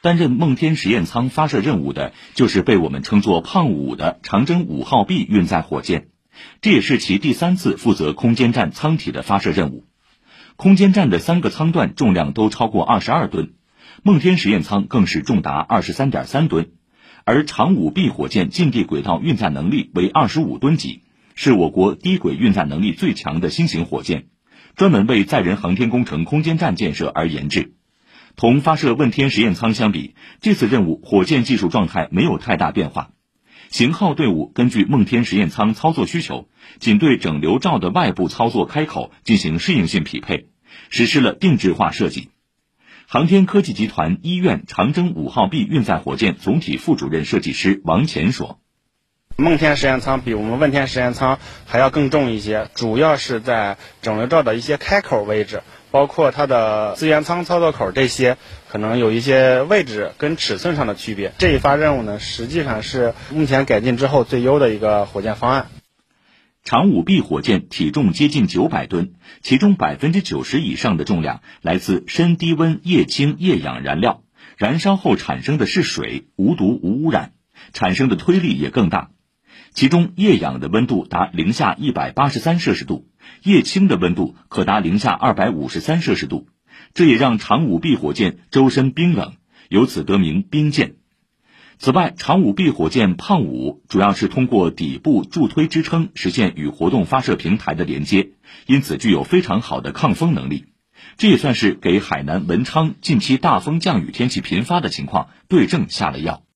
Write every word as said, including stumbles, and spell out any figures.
担任梦天实验舱发射任务的就是被我们称作胖五的长征五号 B 运载火箭，这也是其第三次负责空间站舱体的发射任务。空间站的三个舱段重量都超过二十二吨，梦天实验舱更是重达 二十三点三吨，而长五 B 火箭近地轨道运载能力为二十五吨级，是我国低轨运载能力最强的新型火箭，专门为载人航天工程空间站建设而研制。同发射问天实验舱相比，这次任务火箭技术状态没有太大变化。型号队伍根据梦天实验舱操作需求，仅对整流罩的外部操作开口进行适应性匹配，实施了定制化设计。航天科技集团医院长征五号 B 运载火箭总体副主任设计师王乾说， 梦天实验舱比我们问天实验舱还要更重一些，主要是在整流罩的一些开口位置，包括它的资源舱操作口，这些可能有一些位置跟尺寸上的区别。这一发任务呢，实际上是目前改进之后最优的一个火箭方案。 长五 B 火箭体重接近九百吨，其中 百分之九十 以上的重量来自深低温液氢液氧燃料，燃烧后产生的是水，无毒无污染，产生的推力也更大。其中液氧的温度达零下一百八十三摄氏度，液氢的温度可达零下二百五十三摄氏度，这也让长五 B 火箭周身冰冷，由此得名冰箭。此外，长五 B 火箭胖五主要是通过底部助推支撑实现与活动发射平台的连接，因此具有非常好的抗风能力。这也算是给海南文昌近期大风降雨天气频发的情况对症下了药。